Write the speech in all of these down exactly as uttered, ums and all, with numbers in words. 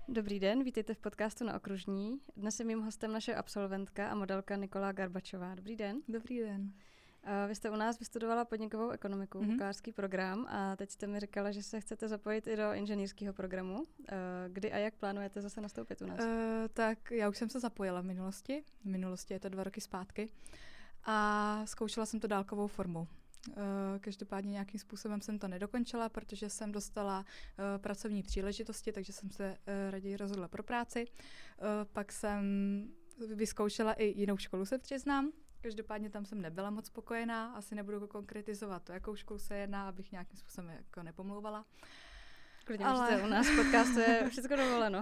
Dobrý den, vítejte v podcastu Na okružní. Dnes je mým hostem naše absolventka a modelka Nikola Garbačová. Dobrý den. Dobrý den. Uh, vy jste u nás vystudovala podnikovou ekonomiku, mm-hmm. bakalářský program a teď jste mi říkala, že se chcete zapojit i do inženýrského programu. Uh, kdy a jak plánujete zase nastoupit u nás? Uh, tak já už jsem se zapojila v minulosti. V minulosti je to dva roky zpátky. A zkoušela jsem to dálkovou formou. Uh, každopádně nějakým způsobem jsem to nedokončila, protože jsem dostala uh, pracovní příležitosti, takže jsem se uh, raději rozhodla pro práci. Uh, pak jsem vyzkoušela i jinou školu, se přiznám. Každopádně tam jsem nebyla moc spokojená, asi nebudu konkretizovat to, jakou školu se jedná, abych nějakým způsobem jako nepomlouvala. Klidně ale... můžete, u nás v podcastu je všechno dovoleno.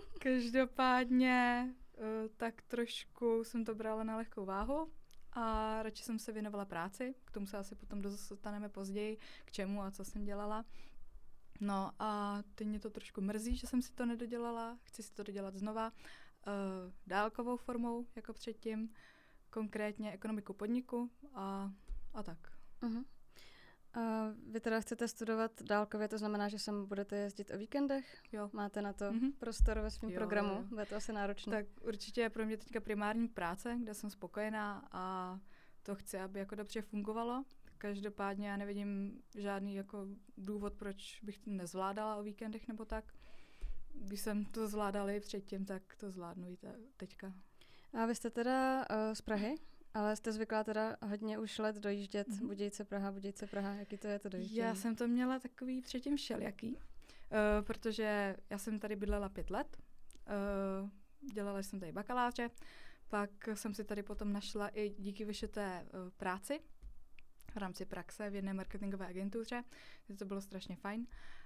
Každopádně uh, tak trošku jsem to brala na lehkou váhu. A radši jsem se věnovala práci, k tomu se asi potom dostaneme později, k čemu a co jsem dělala. No a teď mě to trošku mrzí, že jsem si to nedodělala, chci si to dodělat znova, uh, dálkovou formou, jako předtím, konkrétně ekonomiku podniku a, a tak. Uh-huh. Uh, vy teda chcete studovat dálkově, to znamená, že sem budete jezdit o víkendech? Jo. Máte na to uh-huh. prostor ve svém jo, programu? Jo. Bude to asi náročné. Tak určitě je pro mě teďka primární práce, kde jsem spokojená a to chci, aby jako dobře fungovalo. Každopádně já nevidím žádný jako důvod, proč bych to nezvládala o víkendech nebo tak. Když jsem to zvládala i předtím, tak to zvládnu i te- teďka. A vy jste teda uh, z Prahy? Ale jste zvyklá teda hodně už let dojíždět, mm-hmm. Budějce Praha, Budějce Praha, jaký to je to dojíždění? Já jsem to měla takový předtím všelijaký, uh, protože já jsem tady bydlela pět let, uh, dělala jsem tady bakaláře, pak jsem si tady potom našla i díky vyšeté uh, práci v rámci praxe v jedné marketingové agentuře, to bylo strašně fajn.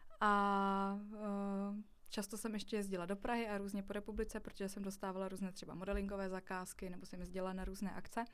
A uh, často jsem ještě jezdila do Prahy a různě po republice, protože jsem dostávala různé třeba modelingové zakázky nebo jsem jezdila na různé akce.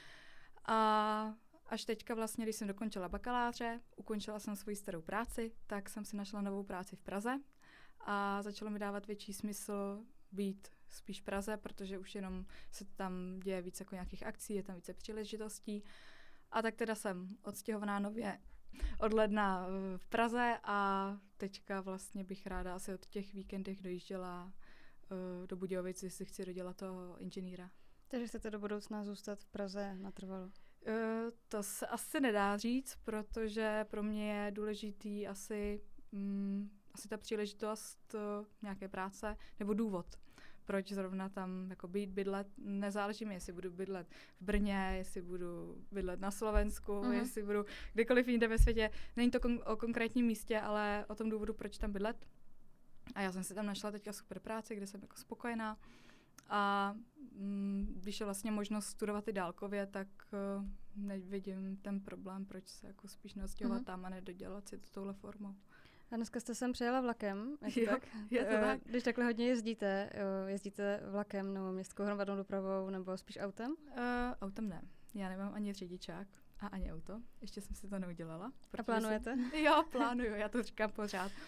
A až teďka vlastně, když jsem dokončila bakaláře, ukončila jsem svoji starou práci, tak jsem si našla novou práci v Praze a začalo mi dávat větší smysl být spíš v Praze, protože už jenom se tam děje víc jako nějakých akcí, je tam více příležitostí. A tak teda jsem odstěhovaná nově od ledna v Praze a teďka vlastně bych ráda asi od těch víkendech dojížděla uh, do Budějovic, jestli chci dodělat toho inženýra. Takže chcete do budoucna zůstat v Praze natrvalo? Uh, to se asi nedá říct, protože pro mě je důležitý asi, um, asi ta příležitost uh, nějaké práce nebo důvod. Proč zrovna tam jako být, bydlet, nezáleží mi, jestli budu bydlet v Brně, jestli budu bydlet na Slovensku, uh-huh. jestli budu kdekoliv jinde ve světě. Není to kon- o konkrétním místě, ale o tom důvodu, proč tam bydlet. A já jsem si tam našla teďka super práci, kde jsem jako spokojená. A mm, když je vlastně možnost studovat i dálkově, tak uh, nevidím ten problém, proč se jako spíš neodstěhovat uh-huh. tam a nedodělat si to touhle formou. A dneska jste sem přijela vlakem, jo, tak? Je to tak. Když takhle hodně jezdíte, jezdíte vlakem nebo městskou hromadnou dopravou nebo spíš autem? Uh, autem ne. Já nemám ani řidičák a ani auto. Ještě jsem si to neudělala. A plánujete? Jsem, jo, plánuju, já to říkám pořád. Uh,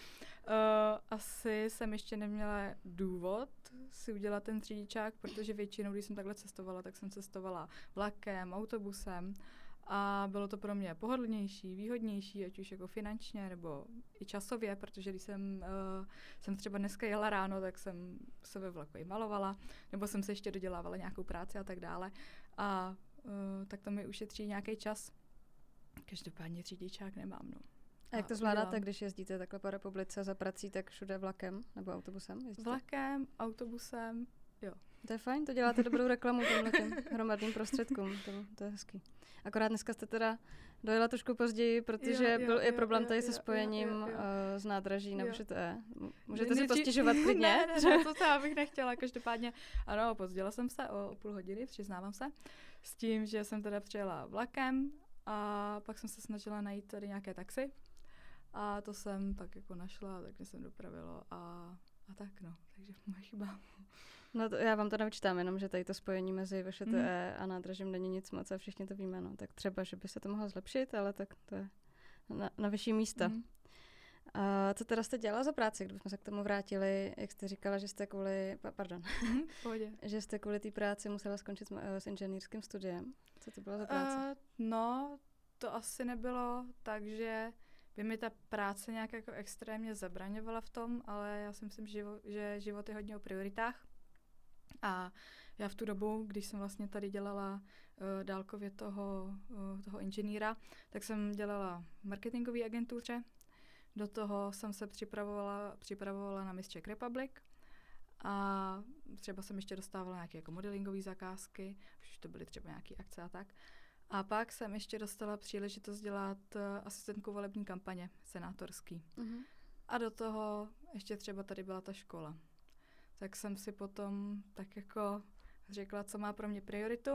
asi jsem ještě neměla důvod si udělat ten řidičák, protože většinou, když jsem takhle cestovala, tak jsem cestovala vlakem, autobusem. A bylo to pro mě pohodlnější, výhodnější, ať už jako finančně nebo i časově, protože když jsem, uh, jsem třeba dneska jela ráno, tak jsem se ve vlaku i malovala, nebo jsem se ještě dodělávala nějakou práci a tak dále. A uh, tak to mi ušetří nějaký čas. Každopádně řidičák nemám, no. A jak to zvládáte, když jezdíte takhle po republice za prací, tak všude vlakem nebo autobusem? Jezdíte? Vlakem, autobusem, jo. To je fajn, to děláte dobrou reklamu těm hromadným prostředkům, to, to je hezký. Akorát dneska jste teda dojela trošku později, protože jo, jo, byl, je problém jo, tady jo, se spojením jo, jo, jo. Uh, s nádraží na Všité. Můžete si postěžovat klidně? Ne, ne, ne, to já bych nechtěla, každopádně. Ano, pozděla jsem se o, o půl hodiny, přiznávám se, s tím, že jsem teda přijela vlakem a pak jsem se snažila najít tady nějaké taxi a to jsem pak jako našla, tak mě jsem dopravilo a, a tak no, takže moje chyba. No to, já vám to nevyčítám, jenom že tady to spojení mezi V Š T E mm. a nádražím není nic moc a všichni to víme, no. Tak třeba, že by se to mohlo zlepšit, ale tak to je na, na vyšší místa. Mm. A co teda jste dělala za práci, kdybychom se k tomu vrátili, jak jste říkala, že jste kvůli, pardon, mm, že jste kvůli té práci musela skončit s, s inženýrským studiem. Co to bylo za práce? Uh, no, to asi nebylo tak, že by mi ta práce nějak jako extrémně zabraňovala v tom, ale já si myslím, že, že život je hodně o prioritách. A já v tu dobu, když jsem vlastně tady dělala uh, dálkově toho, uh, toho inženýra, tak jsem dělala v marketingové agentuře. Do toho jsem se připravovala, připravovala na Miss Czech Republic a třeba jsem ještě dostávala nějaké jako modelingové zakázky, už to byly třeba nějaké akce a tak. A pak jsem ještě dostala příležitost dělat uh, asistentku volební kampaně senátorský. Mm-hmm. A do toho ještě třeba tady byla ta škola. Tak jsem si potom tak jako řekla, co má pro mě prioritu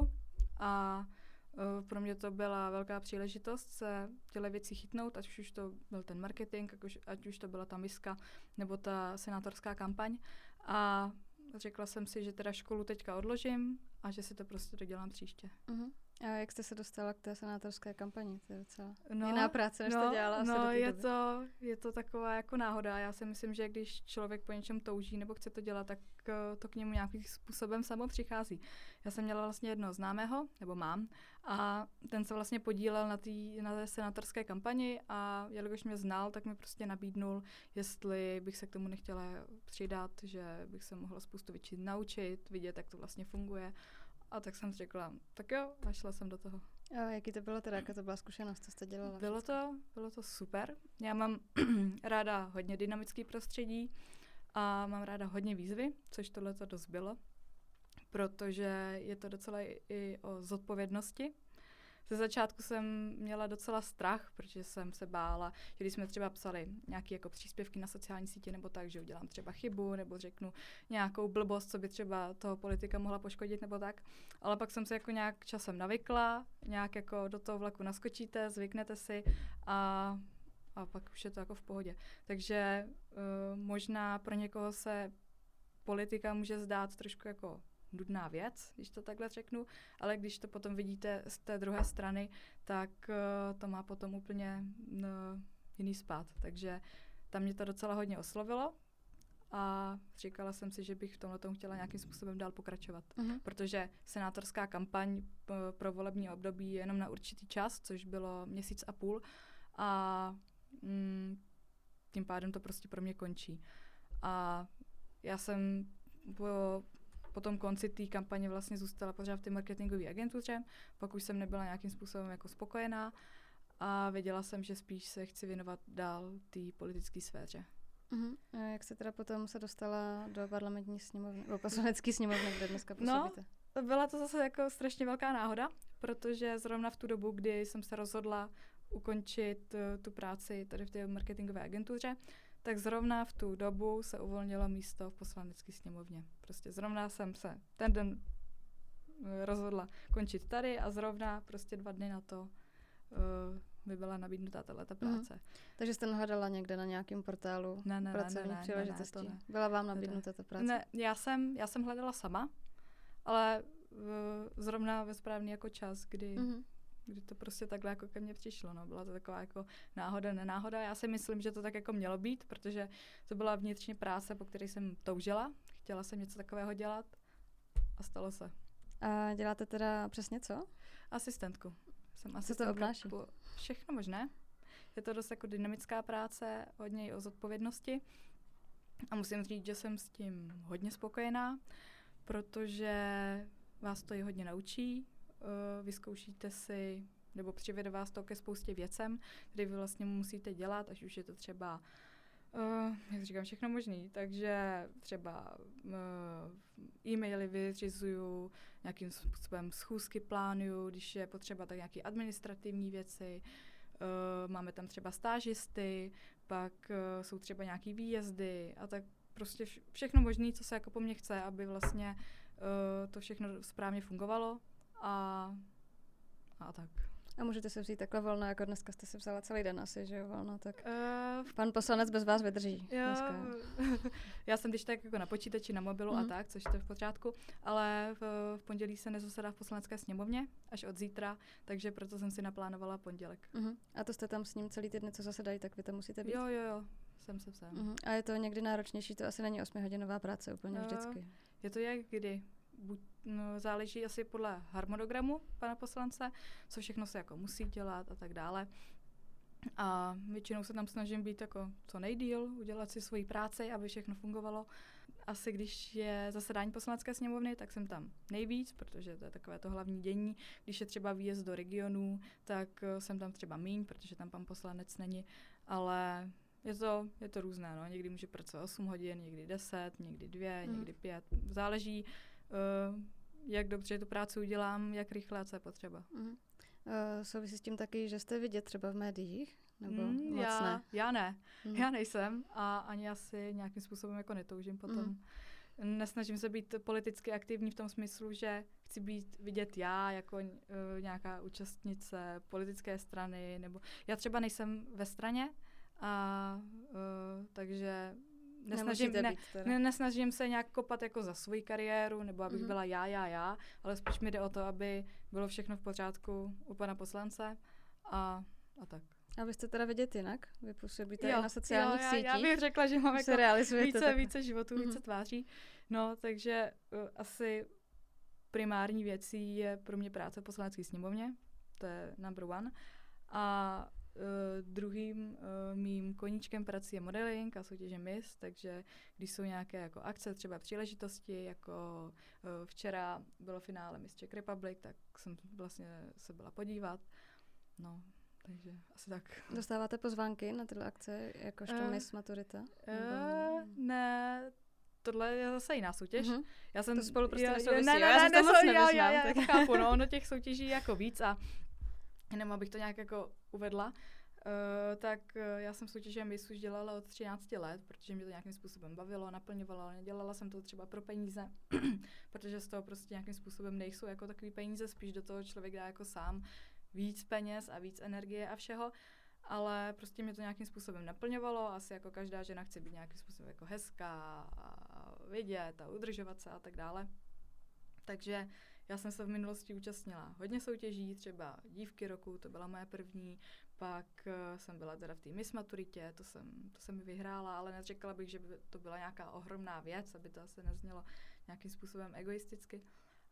a uh, pro mě to byla velká příležitost se těle věcí chytnout, ať už to byl ten marketing, ať už, ať už to byla ta miska nebo ta senátorská kampaň a řekla jsem si, že teda školu teďka odložím a že si to prostě dodělám příště. Uh-huh. A jak jste se dostala k té senátorské kampani? To je docela no, jiná práce, než no, to dělala. No, do je doby. to, je to taková jako náhoda. Já si myslím, že když člověk po něčem touží nebo chce to dělat, tak uh, to k němu nějakým způsobem samo přichází. Já jsem měla vlastně jednoho známého, nebo mám, a ten se vlastně podílel na té na té senátorské kampani a jelikož mě znal, tak mi prostě nabídnul, jestli bych se k tomu nechtěla přidat, že bych se mohla spoustu věcí naučit, vidět, jak to vlastně funguje. A tak jsem řekla, tak jo, a šla jsem do toho. A jaký to bylo teda, jaká to byla zkušenost, co jste dělala? Bylo to, bylo to super. Já mám ráda hodně dynamický prostředí a mám ráda hodně výzvy, což tohle to dost bylo, protože je to docela i, i o zodpovědnosti. Ze začátku jsem měla docela strach, protože jsem se bála, že když jsme třeba psali nějaké jako příspěvky na sociální sítě nebo tak, že udělám třeba chybu nebo řeknu nějakou blbost, co by třeba toho politika mohla poškodit nebo tak. Ale pak jsem se jako nějak časem navykla, nějak jako do toho vlaku naskočíte, zvyknete si a, a pak už je to jako v pohodě. Takže uh, možná pro někoho se politika může zdát trošku jako nudná věc, když to takhle řeknu, ale když to potom vidíte z té druhé strany, tak uh, to má potom úplně uh, jiný spád. Takže tam mě to docela hodně oslovilo a říkala jsem si, že bych v tomhle tomu chtěla nějakým způsobem dál pokračovat. Uh-huh. Protože senátorská kampaň p- pro volební období je jenom na určitý čas, což bylo měsíc a půl a mm, tím pádem to prostě pro mě končí. A já jsem po Po tom konci té kampaně vlastně zůstala pořád v té marketingové agentuře, pak už jsem nebyla nějakým způsobem jako spokojená a věděla jsem, že spíš se chci věnovat dál té politické sféře. Uh-huh. A jak se teda potom se dostala do parlamentní sněmovny, do poslanecké sněmovny, kde dneska působíte? No, byla to zase jako strašně velká náhoda, protože zrovna v tu dobu, kdy jsem se rozhodla ukončit uh, tu práci tady v té marketingové agentuře, tak zrovna v tu dobu se uvolnilo místo v poslanecké sněmovně. Prostě zrovna jsem se ten den rozhodla končit tady a zrovna prostě dva dny na to uh, by byla nabídnutá tato práce. Mm. Takže jste hledala někde na nějakém portálu ne, ne, pracovních ne, ne, příležitostí? Ne, ne, byla vám nabídnuta ta práce? Ne, já jsem, já jsem hledala sama, ale uh, zrovna ve správný jako čas, kdy mm-hmm. kdy to prostě takhle jako ke mně přišlo. No. Byla to taková jako náhoda, nenáhoda. Já si myslím, že to tak jako mělo být, protože to byla vnitřní práce, po které jsem toužila. Chtěla jsem něco takového dělat a stalo se. A děláte teda přesně co? Asistentku. Jsem co to obnáší? Po všechno možné. Je to dost jako dynamická práce, hodně i o zodpovědnosti. A musím říct, že jsem s tím hodně spokojená, protože vás to i hodně naučí. Uh, vyzkoušíte si, nebo přivede vás to ke spoustě věcem, které vy vlastně musíte dělat, až už je to třeba, uh, jak říkám, všechno možný. Takže třeba uh, e-maily vyřizuju, nějakým způsobem schůzky plánuju, když je potřeba, tak nějaké administrativní věci. Uh, máme tam třeba stážisty, pak uh, jsou třeba nějaké výjezdy a tak prostě vš- všechno možné, co se jako po mně chce, aby vlastně uh, to všechno správně fungovalo. A, a tak. A můžete se vzít takhle volno, jako dneska jste se vzala celý den asi, že jo, volno, tak uh, pan poslanec bez vás vydrží jo, dneska. Já jsem když tak jako na počítači, na mobilu mm. a tak, což to je v pořádku, ale v, v pondělí se nezasedá v poslanecké sněmovně, až od zítra, takže proto jsem si naplánovala pondělek. Uh-huh. A to jste tam s ním celý ty dny, co zasedají, tak vy tam musíte být? Jo, jo, jo, jsem se vsem. Uh-huh. A je to někdy náročnější, to asi není osmihodinová práce úplně uh, vždycky. Je to jak kdy. Buď, no, záleží asi podle harmonogramu pana poslance, co všechno se jako musí dělat a tak dále. A většinou se tam snažím být jako co nejdýl, udělat si svoji práci, aby všechno fungovalo. Asi když je zasedání poslanecké sněmovny, tak jsem tam nejvíc, protože to je takové to hlavní dění. Když je třeba výjezd do regionů, tak jsem tam třeba míň, protože tam pan poslanec není, ale je to, je to různé. No. Někdy může pracovat osm hodin, někdy deset, někdy dvě, mm. někdy pět. Záleží, uh, jak dobře tu práci udělám, jak rychle a co je potřeba. Mm. Uh, souvisí s tím taky, že jste vidět třeba v médiích? Nebo mm, moc já, ne? Já ne. Mm. Já nejsem a ani asi nějakým způsobem jako netoužím potom. Mm. Nesnažím se být politicky aktivní v tom smyslu, že chci být vidět já jako uh, nějaká účastnice politické strany, nebo já třeba nejsem ve straně, a uh, takže nesnažím, ne, ne, nesnažím se nějak kopat jako za svoji kariéru, nebo abych mm-hmm. byla já, já, já, ale spíš mi jde o to, aby bylo všechno v pořádku u pana poslance a, a tak. A vy jste teda vidět jinak? Vy působíte jo, i na sociálních jo, já, sítích? Já bych řekla, že mám jako více, více životů, mm-hmm. více tváří. No, takže uh, asi primární věcí je pro mě práce v poslanecké sněmovně, to je number one. A Uh, druhým uh, mým koníčkem prací je modeling a soutěže Miss, takže když jsou nějaké jako akce, třeba příležitosti, jako uh, včera bylo finále Miss Czech Republic, tak jsem vlastně se byla podívat. No, takže asi tak. Dostáváte pozvánky na tyhle akce, jakožto uh, Miss Maturita? Uh, ne, tohle je zase jiná soutěž. Uh-huh. Já jsem to spolu prostě já, nesouvisí. Ne, ne, já, ne, ne, moc já, já, já, tak. já chápu, no, ono těch soutěží je jako víc a jenom abych to nějak jako uvedla, uh, tak uh, já jsem soutěže Miss už dělala od třinácti let, protože mě to nějakým způsobem bavilo, naplňovalo, ale nedělala jsem to třeba pro peníze, protože z toho prostě nějakým způsobem nejsou jako takový peníze, spíš do toho člověk dá jako sám víc peněz a víc energie a všeho, ale prostě mě to nějakým způsobem naplňovalo, asi jako každá žena chce být nějakým způsobem jako hezká a vidět a udržovat se a tak dále. Takže já jsem se v minulosti účastnila hodně soutěží, třeba Dívky roku, to byla moje první, pak uh, jsem byla teda v té Miss Maturitě, to jsem, to jsem vyhrála, ale neřekla bych, že by to byla nějaká ohromná věc, aby to asi neznělo nějakým způsobem egoisticky.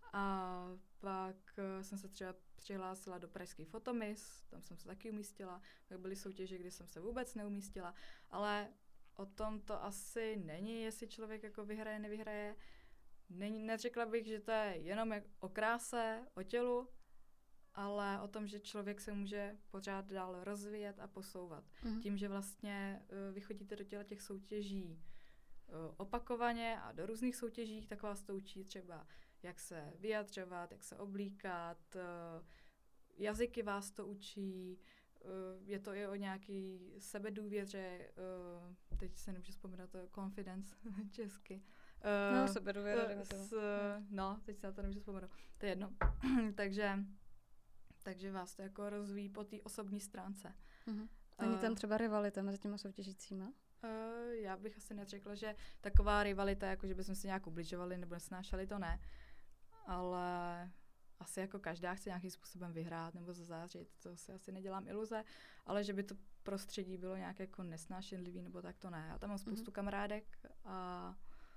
A pak uh, jsem se třeba přihlásila do pražský Fotomiss, tam jsem se taky umístila, tak byly soutěže, kdy jsem se vůbec neumístila, ale o tom to asi není, jestli člověk jako vyhraje, nevyhraje. Není, neřekla bych, že to je jenom o kráse, o tělu, ale o tom, že člověk se může pořád dál rozvíjet a posouvat. Mm. Tím, že vlastně uh, vy chodíte do těla těch soutěží uh, opakovaně a do různých soutěží, tak vás to učí třeba, jak se vyjadřovat, jak se oblíkat, uh, jazyky vás to učí, uh, je to i o nějaký sebedůvěře, uh, teď se nemůžu vzpomínat, to confidence česky. Uh, no, sebedůvěra, uh, no, teď se na to nemůžu vzpomenout. To je jedno. takže, takže vás to jako rozvíjí po té osobní stránce. Uh-huh. Není tam třeba rivalita mezi těma soutěžícíma? Uh, já bych asi neřekla, že taková rivalita, jako že bychom si nějak ubližovali nebo nesnášeli, to ne. Ale asi jako každá chce nějakým způsobem vyhrát nebo zazářit, to si asi nedělám iluze, ale že by to prostředí bylo nějak jako nesnášenlivý nebo tak, to ne. Já tam mám spoustu uh-huh. kamarádek a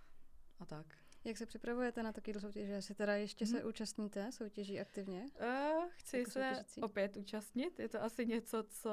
a tak. Jak se připravujete na takový soutěže? Jestli teda ještě hmm. se účastníte soutěží aktivně? Uh, chci jako se soutěžící? opět účastnit. Je to asi něco, co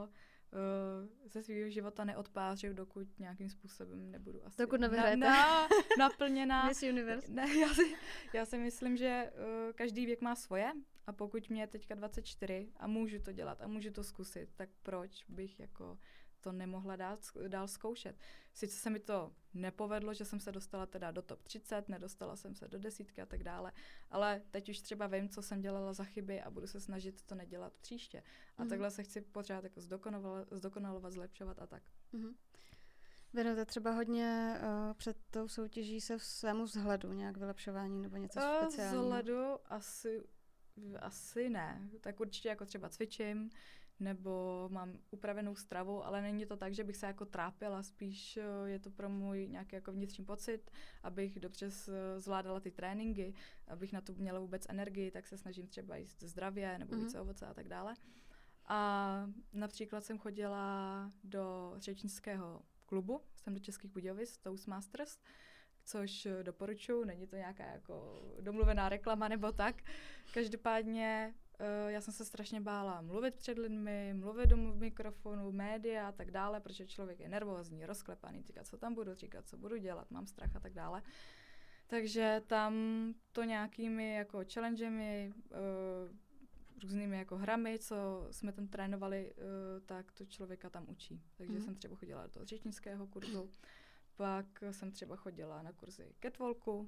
uh, ze svého života neodpářu, dokud nějakým způsobem nebudu asi dokud nevyhrajete. Na, na, naplněná. Miss Universe. Ne, já, si, já si myslím, že uh, každý věk má svoje a pokud mě je teďka dvacet čtyři a můžu to dělat a můžu to zkusit, tak proč bych jako to nemohla dál, dál zkoušet. Sice se mi to nepovedlo, že jsem se dostala teda do top třicet, nedostala jsem se do desítky a tak dále, ale teď už třeba vím, co jsem dělala za chyby a budu se snažit to nedělat příště. A mm. takhle se chci pořád jako zdokonalovat, zdokonalovat, zlepšovat a tak. Mm. Věnujete třeba hodně uh, před tou soutěží se svému vzhledu, nějak vylepšování nebo něco uh, speciálního? Vzhledu asi, asi ne. Tak určitě jako třeba cvičím, nebo mám upravenou stravu, ale není to tak, že bych se jako trápila, spíš je to pro můj nějaký jako vnitřní pocit, abych dobře zvládala ty tréninky, abych na to měla vůbec energii, tak se snažím třeba jíst zdravě nebo více mm-hmm. ovoce a tak dále. A například jsem chodila do řečnického klubu, jsem do Českých Budějovic, Toastmasters, což doporučuji, není to nějaká jako domluvená reklama nebo tak. Každopádně Uh, já jsem se strašně bála mluvit před lidmi, mluvit do mikrofonu, média a tak dále, protože člověk je nervózní, rozklepaný, říkat, co tam budu říkat, co budu dělat, mám strach a tak dále. Takže tam to nějakými jako challengemi, uh, různými jako hrami, co jsme tam trénovali, uh, tak to člověka tam učí. Takže mm. jsem třeba chodila do toho řečnického kurzu, pak jsem třeba chodila na kurzy catwalku, uh,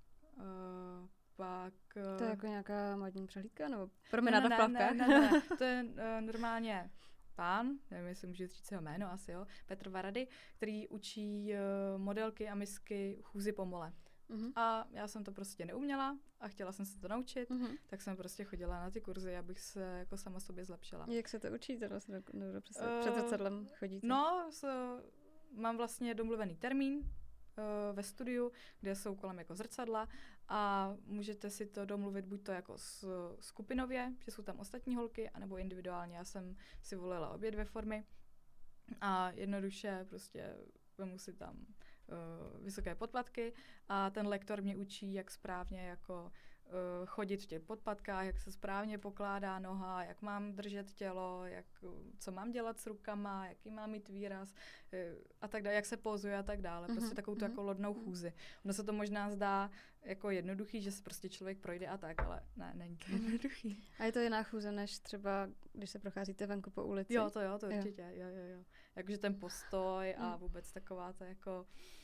pak... Uh, to je jako nějaká modní přehlídka, nebo promenada ne, v plavkách? Ne, ne, ne, to je uh, normálně pán, nevím, jestli můžu říct jeho jméno, asi jo, Petr Varady, který učí uh, modelky a misky chůzi pomole. Uh-huh. A já jsem to prostě neuměla a chtěla jsem se to naučit, uh-huh. tak jsem prostě chodila na ty kurzy, abych se jako sama sobě zlepšila. Jak se to učíte vlastně do, před, uh, před zrcadlem chodíte? No, so, mám vlastně domluvený termín uh, ve studiu, kde jsou kolem jako zrcadla a můžete si to domluvit buď to jako s, skupinově, že jsou tam ostatní holky, anebo individuálně. Já jsem si volila obě dvě formy a jednoduše prostě vemu si tam uh, vysoké podpatky a ten lektor mě učí, jak správně jako uh, chodit v těch podpatkách, jak se správně pokládá noha, jak mám držet tělo, jak, co mám dělat s rukama, jaký mám mít výraz uh, a tak dále, jak se pozuje a tak dále. Prostě mm-hmm. takovou tu jako lodnou chůzi. Ono se to možná zdá jako jednoduchý, že se prostě člověk projde a tak, ale ne, není to jednoduchý. A je to jiná chůze, než třeba, když se procházíte venku po ulici? Jo, to jo, to určitě, jo, jo, jo. Jakože ten postoj a vůbec taková ta jako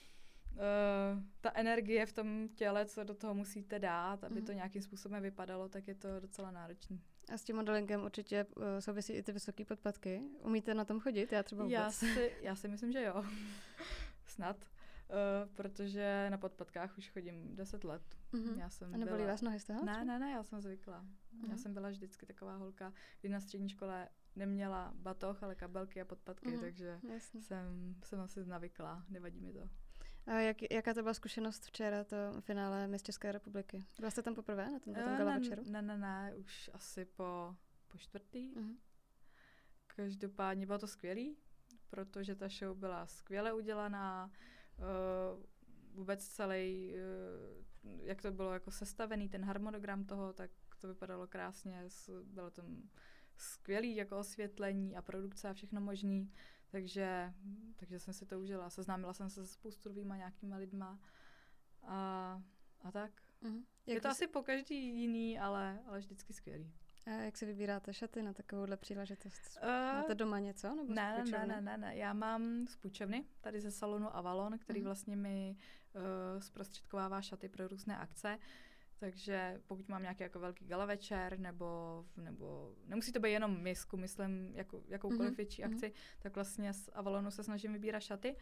uh, ta energie v tom těle, co do toho musíte dát, aby to nějakým způsobem vypadalo, tak je to docela náročný. A s tím modelingem určitě uh, souvisí i ty vysoké podpatky. Umíte na tom chodit? Já třeba vůbec. Já si, já si myslím, že jo. Snad. Uh, protože na podpatkách už chodím deset let. Mm-hmm. Já jsem a nebolí byla... vás nohy z toho? Ne, ne, ne, já jsem zvykla. Mm-hmm. Já jsem byla vždycky taková holka, kdy na střední škole neměla batoh, ale kabelky a podpatky, mm-hmm. takže jsem, jsem asi navykla, nevadí mi to. A jak, jaká to byla zkušenost včera, to finále Miss České republiky? Byla jste tam poprvé na tom, na tom gala večeru? Ne, ne, ne, už asi po, po čtvrtý. Mm-hmm. Každopádně bylo to skvělý, protože ta show byla skvěle udělaná, uh, vůbec celý, uh, jak to bylo jako sestavený, ten harmonogram toho, tak to vypadalo krásně, bylo tam skvělý jako osvětlení a produkce a všechno možný, takže, takže jsem si to užila. Seznámila jsem se se spoustu novýma nějakýma lidma a, a tak. Mm-hmm. Je to jsi... asi po každý jiný, ale, ale vždycky skvělý. A jak si vybíráte šaty na takovouhle příležitost? Uh, Máte doma něco? Nebo ne, ne, ne, ne, ne. Já mám z půjčovny, tady ze salonu Avalon, který uh-huh. vlastně mi uh, zprostředkovává šaty pro různé akce. Takže pokud mám nějaký jako velký gala večer, nebo, nebo nemusí to být jenom misku, myslím jako, jakoukoliv uh-huh. větší akci, uh-huh. tak vlastně z Avalonu se snažím vybírat šaty.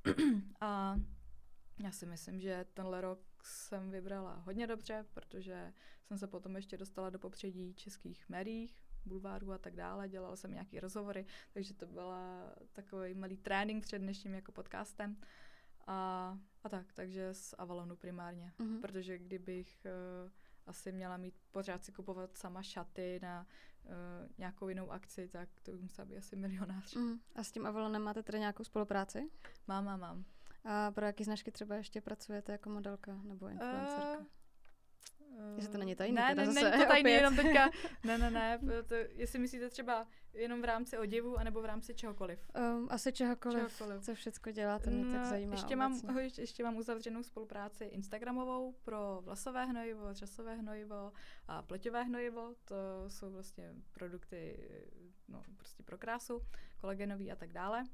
A já si myslím, že tenhle rok jsem vybrala hodně dobře, protože jsem se potom ještě dostala do popředí českých médií, bulvárů a tak dále, dělala jsem nějaký rozhovory, takže to byla takový malý trénink před dnešním jako podcastem a, a tak, takže z Avalonu primárně, mm-hmm. protože kdybych uh, asi měla mít pořád si kupovat sama šaty na uh, nějakou jinou akci, tak to by musela být asi milionář. Mm. A s tím Avalonem máte tedy nějakou spolupráci? Mám, mám, mám. A pro jaký značky třeba ještě pracujete jako modelka nebo influencerka? Uh, uh, jestli to není tajný, ne, teda ne, zase není to tajný, jenom teďka, ne, ne, ne, to, jestli myslíte třeba jenom v rámci oděvu, anebo v rámci čehokoliv? Um, asi čehokoliv, čehokoliv, co všecko děláte, mě no, tak zajímá. Ještě mám, ještě mám uzavřenou spolupráci instagramovou pro vlasové hnojivo, řasové hnojivo a pleťové hnojivo, to jsou vlastně produkty no, prostě pro krásu, kolagenový a tak dále.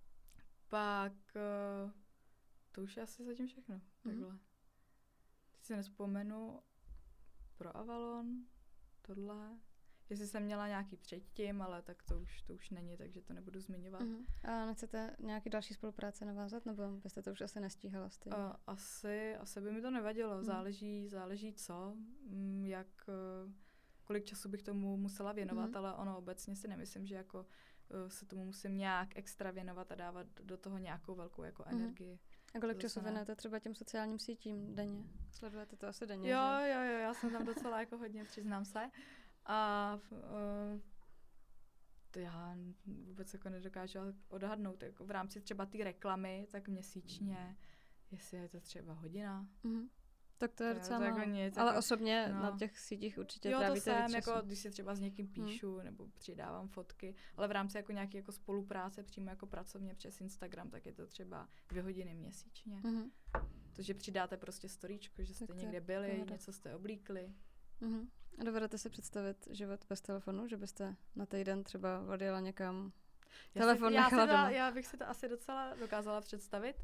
Pak uh, to už je asi zatím všechno. Mm-hmm. Takhle. Teď si nespomenu pro Avalon, tohle. Jestli jsem měla nějaký předtím, ale tak to už, to už není, takže to nebudu zmiňovat. Mm-hmm. A nechcete nějaký další spolupráce navázat, nebo byste to už asi nestíhala stejně? Uh, asi, asi by mi to nevadilo. Mm. Záleží, záleží co, jak, kolik času bych tomu musela věnovat, mm. ale ono obecně si nemyslím, že jako se tomu musím nějak extra věnovat a dávat do toho nějakou velkou jako mm. energii. A kolik času věnujete třeba těm sociálním sítím denně? Sledujete to asi denně, Jo, že? jo, jo, já jsem tam docela jako hodně, přiznám se. A uh, to já vůbec jako nedokážu odhadnout. Jako v rámci třeba té reklamy, tak měsíčně, jestli je to třeba hodina. Mm. Tak to je to docela to málo. jako nic, Ale jako, osobně no. na těch sítích určitě jo, trávíte to víc jsem, času. jako když si třeba s někým píšu, hmm. nebo přidávám fotky, ale v rámci jako nějaké jako spolupráce přímo jako pracovně přes Instagram, tak je to třeba dvě hodiny měsíčně. Hmm. To, že přidáte prostě storíčko, že jste tak někde byli, pohoda. Něco jste oblíkli. Hmm. A dovedete si představit život bez telefonu, že byste na týden třeba odjela někam, já telefon si, já, nechala si doma? To, já bych si to asi docela dokázala představit,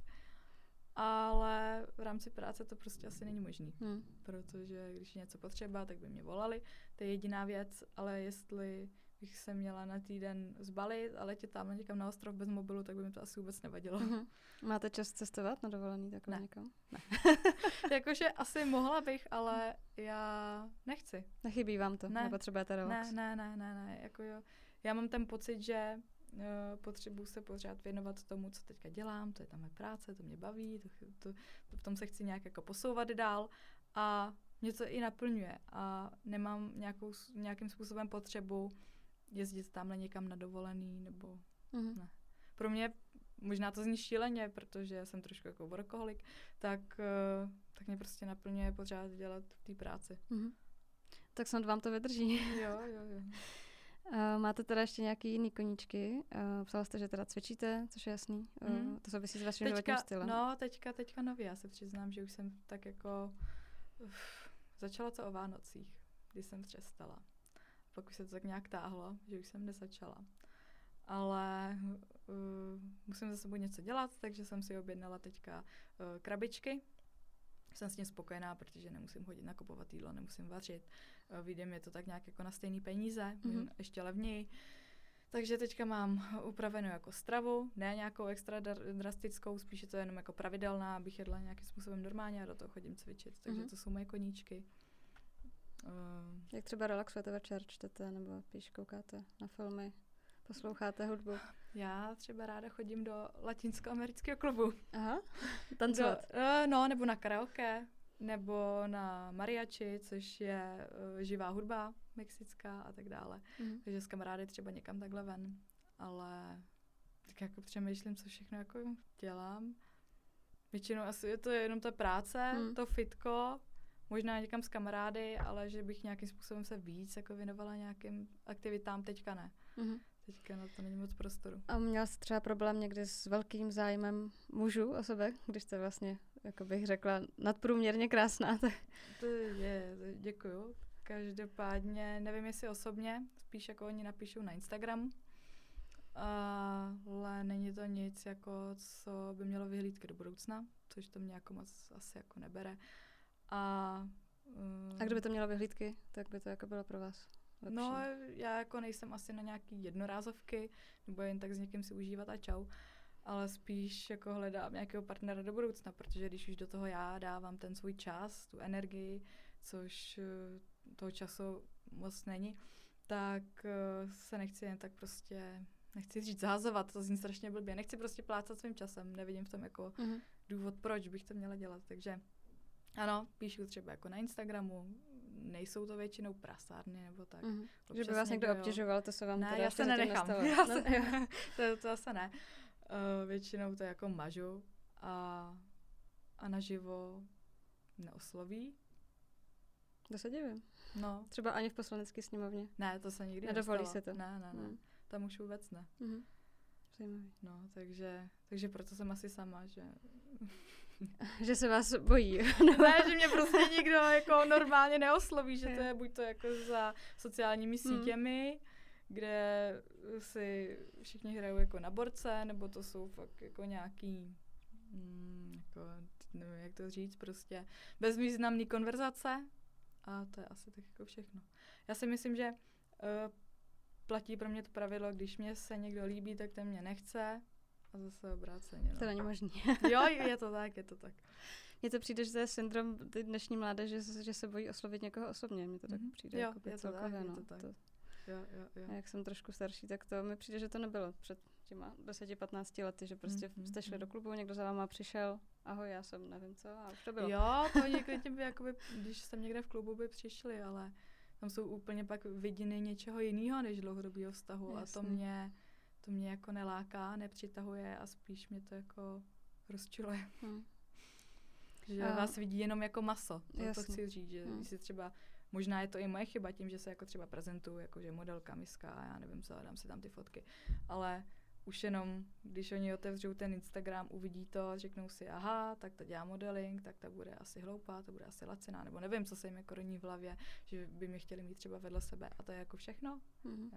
ale v rámci práce to prostě asi není možný, hmm. protože když je něco potřeba, tak by mě volali, to je jediná věc, ale jestli bych se měla na týden zbalit a letět tam někam na ostrov bez mobilu, tak by mi to asi vůbec nevadilo. Mm-hmm. Máte čas cestovat na dovolený takhle ne. někam? Ne. Jakože asi mohla bych, ale já nechci. Nechybí vám to? Ne. Nepotřebujete relax? Ne, ne, ne, ne, ne. Jako jo. Já mám ten pocit, že uh, potřebuji se pořád věnovat tomu, co teďka dělám, to je tam moje práce, to mě baví, to, to, to, v tom se chci nějak jako posouvat dál a mě to i naplňuje a nemám nějakou, nějakým způsobem potřebu jezdit tamhle někam na dovolený, nebo mm-hmm. ne. Pro mě, možná to zní šíleně, protože jsem trošku jako workoholik, tak, uh, tak mě prostě naplňuje pořád dělat v té práci. Mm-hmm. Tak snad vám to vydrží. Jo, jo, jo. Uh, máte teda ještě nějaký jiný koníčky? Uh, psala jste, že teda cvičíte, což je jasný. Uh, mm. To souvisí s vaším teďka, životním stylem. No, teďka, teďka nově. Já se přiznám, že už jsem tak jako uf, začala to o Vánocích, když jsem přestala. Pak už se to tak nějak táhlo, že už jsem nezačala. Ale uh, musím za sebou něco dělat, takže jsem si objednala teďka uh, krabičky. Jsem s tím spokojená, protože nemusím chodit nakupovat jídlo, nemusím vařit. Uh, Vyjde mi to tak nějak jako na stejný peníze, mm-hmm. ještě levněji. Takže teďka mám upravenou jako stravu, ne nějakou extra drastickou, spíš je to jenom jako pravidelná, abych jedla nějakým způsobem normálně a do toho chodím cvičit. Takže mm-hmm. to jsou moje koníčky. Uh, Jak třeba relaxujete večer, čtete nebo píš, koukáte na filmy, posloucháte hudbu? Já třeba ráda chodím do latinskoamerického klubu. Aha, tancovat? Do, uh, no, nebo na karaoke, nebo na mariachi, což je uh, živá hudba mexická a tak dále. Mm. Takže s kamarády třeba někam takhle ven. Ale tak jako přemýšlím, co všechno jako dělám. Většinou asi je to jenom ta práce, mm. to fitko, možná někam s kamarády, ale že bych nějakým způsobem se víc jako věnovala nějakým aktivitám, teďka ne. Mm-hmm. Teďka na to není moc prostoru. A měla jsi třeba problém někdy s velkým zájmem mužů o sebe, když jste vlastně, jako bych řekla, nadprůměrně krásná? Tak... To je, to děkuju. Každopádně, nevím jestli osobně, spíš jako oni napíšou na Instagram, ale není to nic, jako, co by mělo vyhlídky do budoucna, což to mě jako moc asi jako nebere. A, um, a kdyby to mělo vyhlídky, tak by to jako bylo pro vás lepší? No, já jako nejsem asi na nějaký jednorázovky, nebo jen tak s někým si užívat a čau, ale spíš jako hledám nějakého partnera do budoucna, protože když už do toho já dávám ten svůj čas, tu energii, což toho času moc není, tak se nechci jen tak prostě, nechci říct zahazovat, to zní strašně blbě, nechci prostě plácat svým časem, nevidím v tom jako mm-hmm. důvod, proč bych to měla dělat, takže ano, píšu třeba jako na Instagramu, nejsou to většinou prasárny nebo tak. Mm-hmm. Že by vás někdo obtěžoval, to se vám ne, teda já se nenechám. Já se, no, to, to asi ne. Uh, většinou to jako mažu a, a naživo neosloví. To se divím. No. Třeba ani v poslanecké sněmovně. Ne, to se nikdy nedovolí nestalo. se to. Ne, ne, ne. Mm. Tam už vůbec ne. Mm-hmm. Zajímavý. No, takže, takže proto jsem asi sama, že... že se vás bojí. Ne, že mě prostě nikdo jako normálně neosloví, že to je buď to jako za sociálními sítěmi, hmm. kde si všichni hrajou jako na borce, nebo to jsou fakt jako nějaký, mm, jako, nevím, jak to říct, prostě bezvýznamný konverzace a to je asi tak jako všechno. Já si myslím, že uh, platí pro mě to pravidlo, když mě se někdo líbí, tak ten mě nechce. A zase obráceně. No. To není možný. Jo, je to tak, je to tak. Mně to přijde, že to je syndrom dnešní mládeže, že, že se bojí oslovit někoho osobně. Mně to tak přijde. Jo, jako je to celkově, tak, no. je to tak. To, jo, jo, jo. A jak jsem trošku starší, tak to mi přijde, že to nebylo před těma deseti patnácti lety, že prostě mm-hmm. jste šli do klubu, někdo za váma přišel, ahoj, já jsem nevím co, a už to bylo. Jo, to někdy by, jakoby, když jsem někde v klubu, by přišli, ale tam jsou úplně pak vidiny něčeho jiného než dlouhodobého vztahu. Jasný. A to mě To mě jako neláká, nepřitahuje a spíš mě to jako rozčiluje. Hmm. že a... vás vidí jenom jako maso. To, to chci říct, že hmm. si třeba, možná je to i moje chyba tím, že se jako třeba prezentuju, jakože modelka, miska a já nevím co, dám si tam ty fotky. Ale už jenom, když oni otevřou ten Instagram, uvidí to, řeknou si, aha, tak ta dělá modeling, tak ta bude asi hloupá, to bude asi laciná, nebo nevím, co se jim jako roní v hlavě, že by mě chtěli mít třeba vedle sebe a to je jako všechno. Mm-hmm.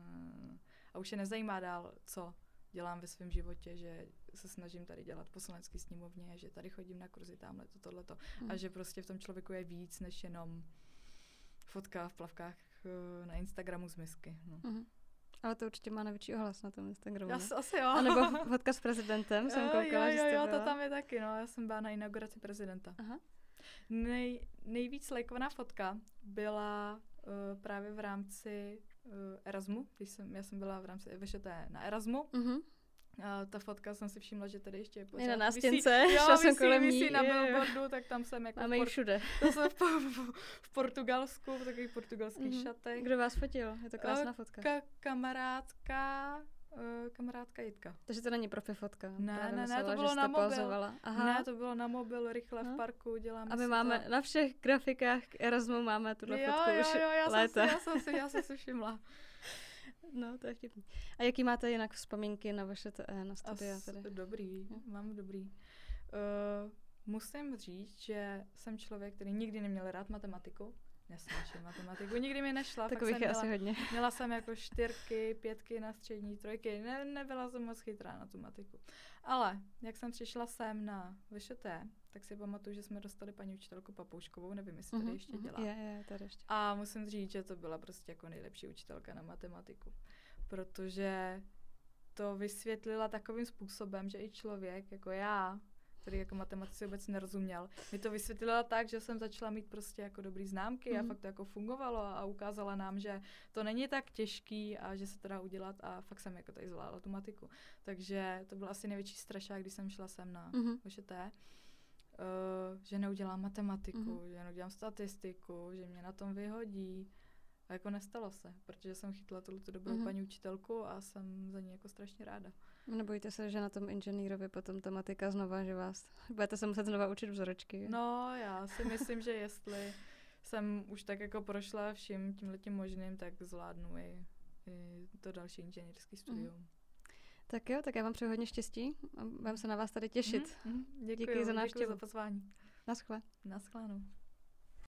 A už je nezajímá dál, co dělám ve svém životě, že se snažím tady dělat v poslanecké sněmovně, že tady chodím na kurzy, tamhle to, tohleto mm. a že prostě v tom člověku je víc, než jenom fotka v plavkách na Instagramu z misky. No. Mm. Ale to určitě má největší ohlas na tom Instagramu. Já ne? asi jo. A nebo fotka s prezidentem, jsem koukala, jo, jo, že jste jo, byla. to tam je taky, no, já jsem byla na inauguraci prezidenta. Aha. Nej, nejvíc lajkovaná fotka byla uh, právě v rámci uh, Erasmu, když jsem, já jsem byla v rámci V Š T na Erasmu. Mhm. A ta fotka jsem si všimla, že tady ještě pořád je na nástěnce, visí, šla jsem visí, kolem visí ní. na billboardu, tak tam jsem jako máme ji všude. To jsem v, v, v Portugalsku, v takových portugalských mm-hmm. šatech. Kdo vás fotil? Je to krásná fotka. Ka- kamarádka, uh, kamarádka Jitka. Takže to není profi fotka. Ne, Právě ne, myslela, ne, to bylo na mobil. Aha. Ne, to bylo na mobil, rychle no. v parku, děláme A my si máme to. Na všech grafikách k Erasmu máme tuhle jo, fotku jo, už jo, já léta. Jsem si, já, jsem si, já jsem si všimla. No, to je vtipný. A jaký máte jinak vzpomínky na vaše t- na studia? As, tady? Dobrý, jo. mám dobrý. Uh, musím říct, že jsem člověk, který nikdy neměl rád matematiku. Nesnáším matematiku, nikdy mi nešla. Takových je asi hodně. Měla jsem jako čtyřky, pětky na střední, trojky, ne, nebyla jsem moc chytrá na tu matiku. Ale jak jsem přišla sem na V Š T, tak si pamatuju, že jsme dostali paní učitelku Papouškovou, nevím, jestli tady uh-huh, ještě dělá. Je, je, tady ještě. A musím říct, že to byla prostě jako nejlepší učitelka na matematiku, protože to vysvětlila takovým způsobem, že i člověk jako já, který jako matematice vůbec nerozuměl, mi to vysvětlila tak, že jsem začala mít prostě jako dobrý známky mm. a fakt to jako fungovalo a ukázala nám, že to není tak těžký a že se to dá udělat a fakt jsem jako tady zvládla tu matiku. Takže to byl asi největší strašák, když jsem šla sem na mm-hmm. V Š T, uh, že neudělám matematiku, mm-hmm. že neudělám statistiku, že mě na tom vyhodí. A jako nestalo se, protože jsem chytla tuto dobrou mm-hmm. paní učitelku a jsem za ní jako strašně ráda. Nebojíte se, že na tom inženýrovi potom ta matika znova, že vás budete se muset znova učit vzorečky? No, já si myslím, že jestli jsem už tak jako prošla vším tímhletím možným, tak zvládnu i, i to další inženýrský studium. Mm. Tak jo, tak já vám přeju hodně štěstí a budeme se na vás tady těšit. Mm, mm, děkuji, Díky za návštěvu. Děkuji za pozvání. Naschle. Naschledanou.